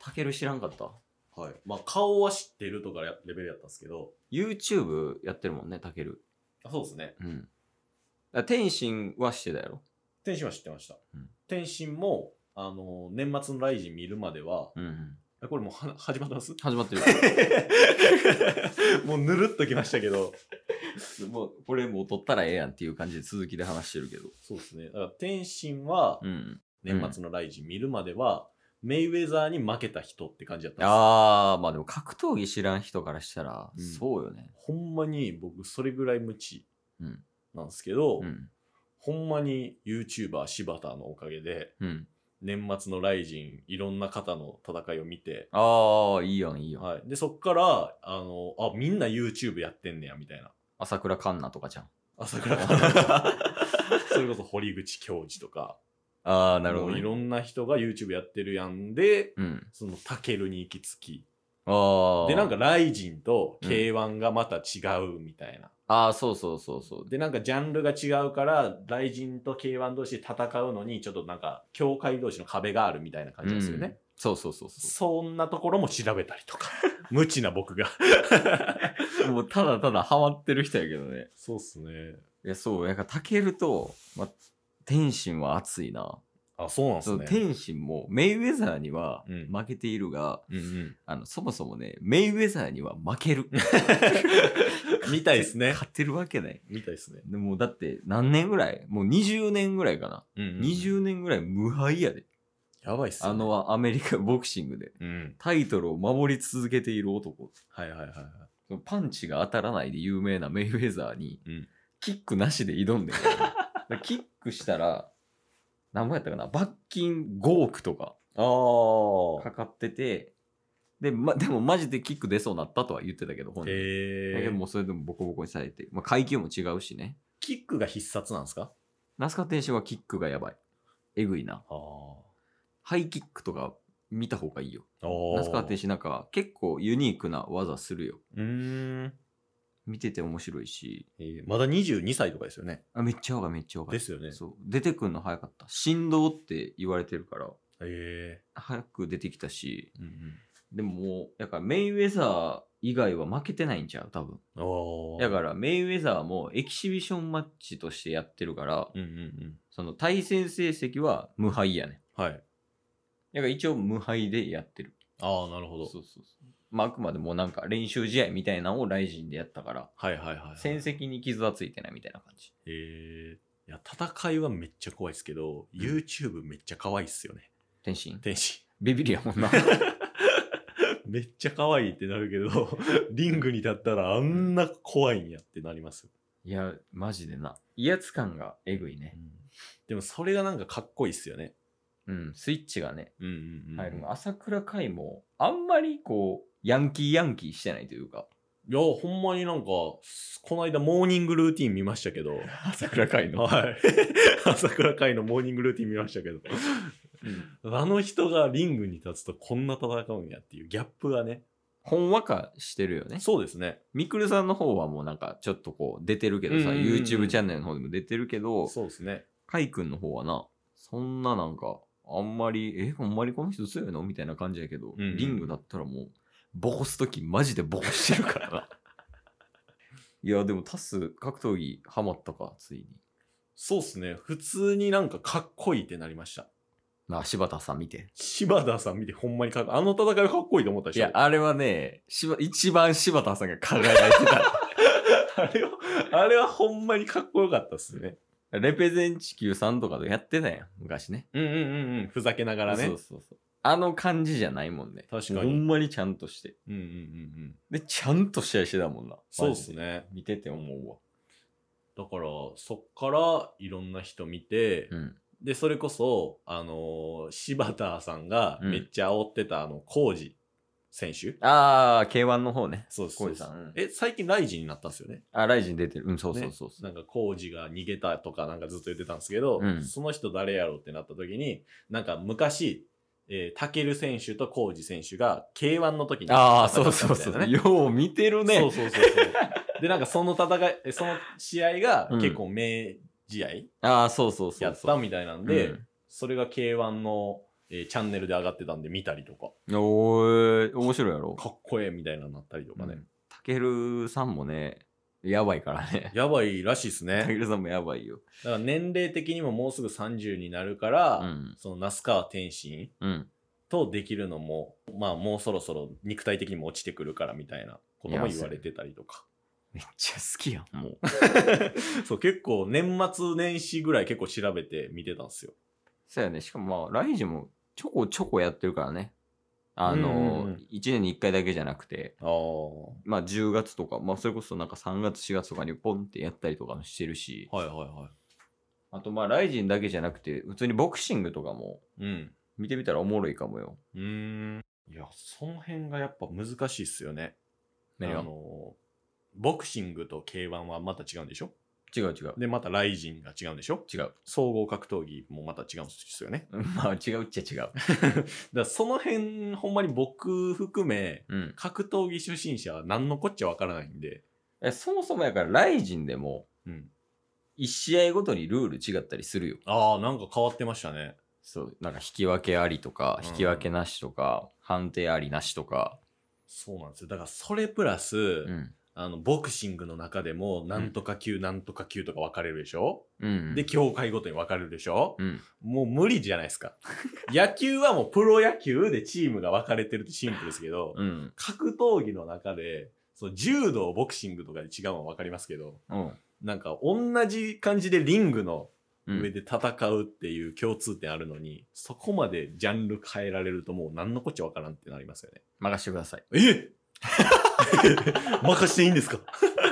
タケル知らんかった。 はい。まあ、顔は知ってるとかレベルやったんですけど。 YouTube やってるもんね、タケル。 そうですね。 うん。天心はしてたやろ。 天心は知ってました。 うん、 天心も、年末のライジン見るまでは、これもう始まってます？ 始まってる。 もうぬるっときましたけど。 もうこれもう撮ったらええやんっていう感じで続きで話してるけど。 そうですね。だから天心は、年末のライジン見るまでは、メイウェザーに負けた人って感じだったんですよ。 あー、まあでも格闘技知らん人からしたら、そうよね。 ほんまに僕それぐらい無知なんですけど、ほんまに YouTuber 柴田のおかげで、年末のライジンいろんな方の戦いを見て、 ああ、いいやんいいやん。 はい。で、そっからみんな YouTube やってんねやみたいな。 朝倉環奈とかじゃん。 朝倉環奈それこそ堀口教授とか。 ああ、なるほど、ね。 いろんな人が YouTube やってるやんで、そのタケルに行き着き。で、なんかライジンと K1 がまた違うみたいな。 ああ、そうそうそうそう。 で、なんかジャンルが違うから、ライジンと K1 同士で戦うのに、ちょっとなんか、境界同士の壁があるみたいな感じですよね。 そうそうそうそう。 そんなところも調べたりとか。無知な僕が。 もうただただハマってる人やけどね。 そうっすね。 いや、そう。やからタケルと、天心は熱いな。 あ、そうなんすね。 天心もメイウェザーには負けているが、そもそもね、メイウェザーには負ける。 みたいですね。 勝ってるわけない。 みたいですね。 でもだって何年ぐらいもう20年ぐらいかな。20年ぐらい無敗やで。 やばいっすね。 アメリカボクシングで、タイトルを守り続けている男。 はいはいはいはい。 パンチが当たらないで有名なメイウェザーに、キックなしで挑んでる、ね。キックしたら、何ぼやったかな、罰金5億とかかかってて、でもマジでキック出そうなったとは言ってたけど、本人。だけどもうそれでもボコボコにされて、階級も違うしね。 キックが必殺なんですか？ 那須川天心はキックがやばい。えぐいな。ハイキックとか見た方がいいよ。那須川天心なんか結構ユニークな技するよ。見てて面白いし。 まだ22歳とかですよね。 めっちゃ若いめっちゃ若い。 ですよね。 そう。出てくんの早かった。振動って言われてるから。早く出てきたし。でももう、だからメイウェザー以外は負けてないんちゃう多分。だからメイウェザーもエキシビションマッチとしてやってるから、その対戦成績は無敗やね。 はい。 だから一応無敗でやってる。 ああ、なるほど。 そうそうそう。あくまでもなんか練習試合みたいなのをライジンでやったから、戦績に傷はついてないみたいな感じ。 いや、戦いはめっちゃ怖いですけど、YouTube めっちゃ可愛いっすよね。 天心ビビリやもんな。 めっちゃ可愛いってなるけど、リングに立ったらあんな怖いんやってなります。 いや、マジでな。威圧感がえぐいね。 でもそれがなんかかっこいいっすよね。 スイッチがね、入るの。朝倉海も、あんまりこう、ヤンキーしてないというか。 いや、ほんまになんか、この間モーニングルーティン見ましたけど。 朝倉海の。 はい。朝倉海のモーニングルーティン見ましたけど。あの人がリングに立つとこんな戦うんやっていうギャップがね。 ほんわかしてるよね。 そうですね。 みくるさんの方はもうなんかちょっとこう出てるけどさ、YouTube チャンネルの方でも出てるけど、 そうですね。 海くんの方はな、そんななんか、あんまり、ほんまにこの人強いのみたいな感じやけど、リングだったらもう、ボコすときマジでボコしてるからな。いや、でもタス格闘技ハマったか、ついに。 そうっすね。普通になんかかっこいいってなりました。 柴田さん見て。 柴田さん見てほんまにあの戦いはかっこいいと思ったでしょ。 いや、あれはね、一番柴田さんが輝いてた。 あれはほんまにかっこよかったっすね。 レペゼン地球さんとかでやってたやん、昔ね。 ふざけながらね。 そうそうそう。あの感じじゃないもんね。 確かに。 ほんまにちゃんとして。で、ちゃんと試合してたもんな。 そうっすね。 見てて思うわ。 だから、そっからいろんな人見て、で、それこそ、柴田さんがめっちゃ煽ってたコージ選手。 K1 の方ね。 そうです。 コージさん。 最近ライジンになったんですよね。 ライジン出てる。そうそうそう。 なんかコージが逃げたとかなんかずっと言ってたんですけど、その人誰やろうってなった時に、なんか昔、タケル選手とコージ選手が K1 の時に、 そうそうそう。よう見てるね。 そう。で、なんかその試合が結構名試合そう。 やったみたいなんで、それが K1 のチャンネルで上がってたんで見たりとか。 おー、面白いやろ。 かっこええみたいなのなったりとかね。 たけるさんもね、やばいからね。 やばいらしいですね。 たけるさんもやばいよ。 だから年齢的にももうすぐ30になるから、その那須川天心とできるのも、まあもうそろそろ肉体的にも落ちてくるからみたいなことも言われてたりとか。 めっちゃ好きやん、もう。 そう、結構年末年始ぐらい結構調べて見てたんですよ。 そうやね。しかもまあ、ライジもちょこちょこやってるからね。1年に1回だけじゃなくて、まあ10月とか、まあそれこそなんか3月4月とかにポンってやったりとかもしてるし、 はいはいはい。 あとまあライジンだけじゃなくて、普通にボクシングとかも、見てみたらおもろいかもよ。 いや、その辺がやっぱ難しいっすよね。ボクシングと K1 はまた違うんでしょ？ 違う違う。 で、またライジンが違うんでしょ？ 違う。 総合格闘技もまた違うんですよね。 まあ違うっちゃ違う。だからその辺、ほんまに僕含め、格闘技初心者は何のこっちゃわからないんで。 そもそもやからライジンでも、1試合ごとにルール違ったりするよ。 ああ、なんか変わってましたね。 そう、なんか引き分けありとか、引き分けなしとか、判定ありなしとか。 そうなんですよ。だからそれプラス、ボクシングの中でも、なんとか級、なんとか級とか分かれるでしょ？で、協会ごとに分かれるでしょ？もう無理じゃないですか。野球はもうプロ野球でチームが分かれてるってシンプルですけど、格闘技の中で、柔道、ボクシングとかで違うのは分かりますけど、なんか同じ感じでリングの上で戦うっていう共通点あるのに、そこまでジャンル変えられるともう何のこっちゃ分からんってなりますよね。 任してください。 任していいんですか？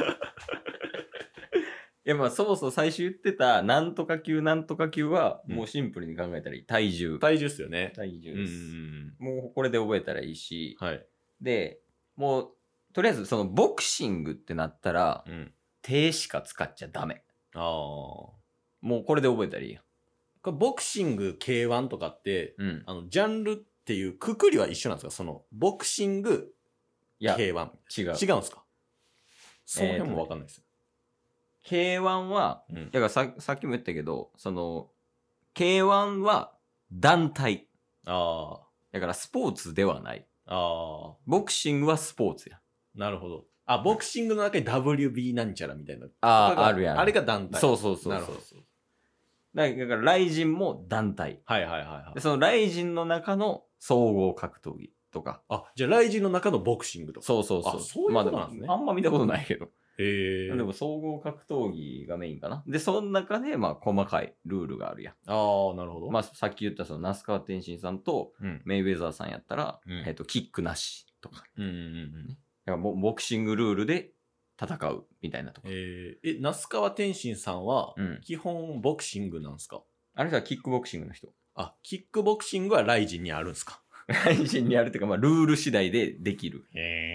いやまあそもそも最初言ってたなんとか級なんとか級はもうシンプルに考えたらいい。体重。 体重っすよね。 体重です。もうこれで覚えたらいいし。で、もうとりあえずそのボクシングってなったら、手しか使っちゃダメ。もうこれで覚えたらいいよ。 これボクシング K1 とかって、ジャンルっていうくくりは一緒なんですか？そのボクシングK1。 違う。 違うんですか？その辺もわかんないですよ。 K1 は、だからさっきも言ったけど、その、K1 は団体。だからスポーツではない。ボクシングはスポーツや。 なるほど。ボクシングの中に WB なんちゃらみたいな。 あるやん。 あれが団体。 そう。なるほど。だから、ライジンも団体。でそのライジンの中の総合格闘技とか。 じゃあライジンの中のボクシングとか。 そう。 そういうことなんですね。 あんま見たことないけど。でも総合格闘技がメインかな。で、その中で、まあ、細かいルールがあるやん。 なるほど。 まあ、さっき言ったその、那須川天心さんと、メイウェザーさんやったら、キックなしとか。だからボクシングルールで戦うみたいなとこ。 那須川天心さんは、基本ボクシングなんですか？ あの人はキックボクシングの人。 キックボクシングはライジンにあるんですか？ ライジンにあるっていうか、まあ、ルール次第でできる。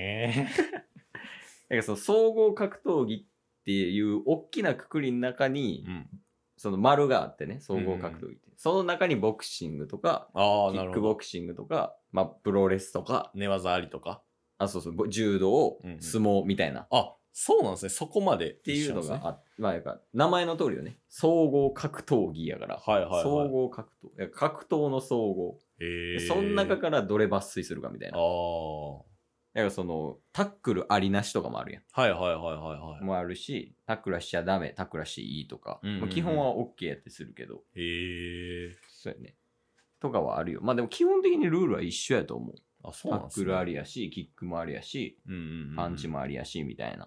だからその総合格闘技っていう大きな括りの中に、その丸があってね、総合格闘技って。その中にボクシングとか、キックボクシングとか、まあ、プロレスとか、 寝技ありとか。 柔道、相撲みたいな。 そうなんですね。そこまで。 っていうのがまあ、名前の通りよね。総合格闘技やから。総合格闘。格闘の総合。その中からどれ抜粋するかみたいな。だからその、タックルありなしとかもあるやん。もあるし、タックルはしちゃダメ、タックルはしていいとか。基本は OK やってするけど。そうやね。とかはあるよ。まあでも基本的にルールは一緒やと思う。タックルありやし、キックもありやし、パンチもありやし、みたいな。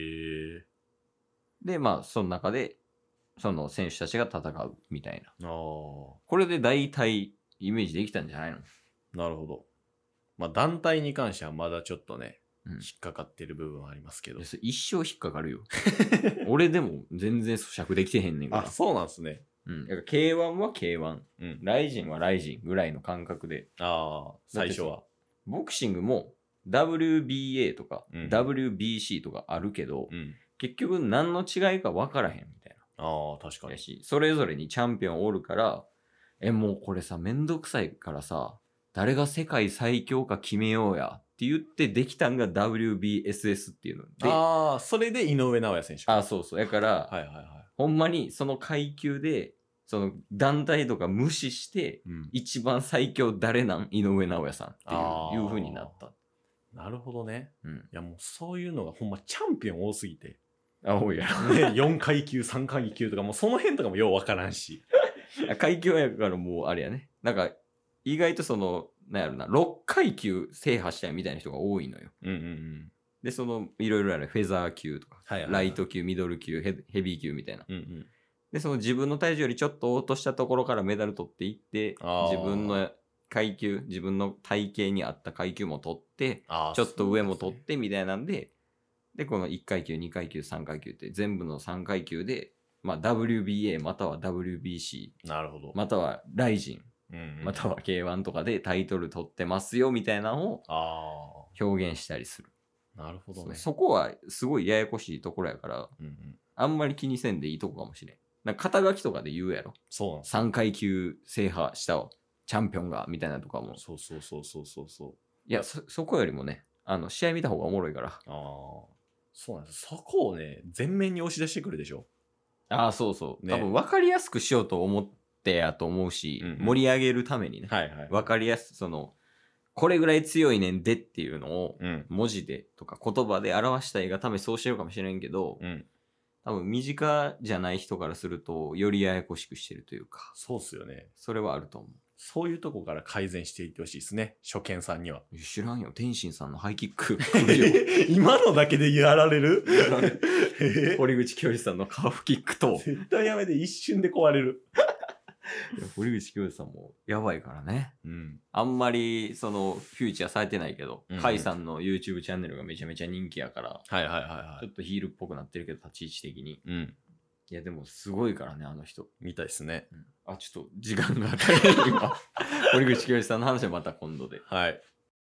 で、まあ、その中で、その選手たちが戦うみたいな。これで大体イメージできたんじゃないの？ なるほど。まあ、団体に関してはまだちょっとね、引っかかってる部分はありますけど。 一生引っかかるよ。俺でも全然咀嚼できてへんねんから。 そうなんすね。 だから K1 は K1、ライジンはライジンぐらいの感覚で。 最初は。 ボクシングも WBA とか、WBC とかあるけど、結局何の違いか分からへんみたいな。 確かに。 それぞれにチャンピオンおるから、もうこれさ、めんどくさいからさ、誰が世界最強か決めようやって言ってできたんが WBSS っていうので。 それで井上尚弥選手。 そう。だから、ほんまにその階級で、 その団体とか無視して、一番最強誰なん井上尚弥さんっていう風になった。 なるほどね。いやもうそういうのがほんまチャンピオン多すぎて。 多いやろ。 ね、4階級、3階級とかもうその辺とかもようわからんし。 階級やからもうあれやね。なんか意外とその、なんやろな、6階級制覇したいみたいな人が多いのよ。で、その、いろいろあるフェザー級とか、ライト級、ミドル級、ヘビー級みたいな。で、その自分の体重よりちょっと落としたところからメダル取っていって、自分の階級、自分の体型に合った階級も取って、ちょっと上も取ってみたいなんで、で、この1階級、2階級、3階級って全部の3階級で、まあ WBA または WBC、 なるほど。 またはライジン、または K1 とかでタイトル取ってますよみたいなのを表現したりする。 なるほどね。 そこはすごいややこしいところやから、あんまり気にせんでいいとこかもしれん。なんか肩書きとかで言うやろ。 そうなんです。 3階級制覇したチャンピオンがみたいなとかも。 そう。 いや、そこよりもね、試合見た方がおもろいから。 そうなんです。そこをね、前面に押し出してくるでしょ。 そうそう。ね、多分分かりやすくしようと思ってやと思うし、盛り上げるためにね。分かりやすく、これぐらい強いねんでっていうのを、文字でとか言葉で表したいがためそうしてるかもしれんけど、多分身近じゃない人からすると、よりややこしくしてるというか。 そうっすよね。 それはあると思う。 そういうとこから改善していってほしいですね。初見さんには。 知らんよ。天心さんのハイキック。 今のだけでやられる堀口教授さんのカーフキックと。 絶対やめて一瞬で壊れる。 堀口教授さんもやばいからね。あんまり、フューチャーされてないけど、甲斐さんの YouTube チャンネルがめちゃめちゃ人気やから、ちょっとヒールっぽくなってるけど、立ち位置的に。いや、でもすごいからね、あの人。 みたいですね。 ちょっと時間が足りない今。堀口教授さんの話はまた今度で。 はい。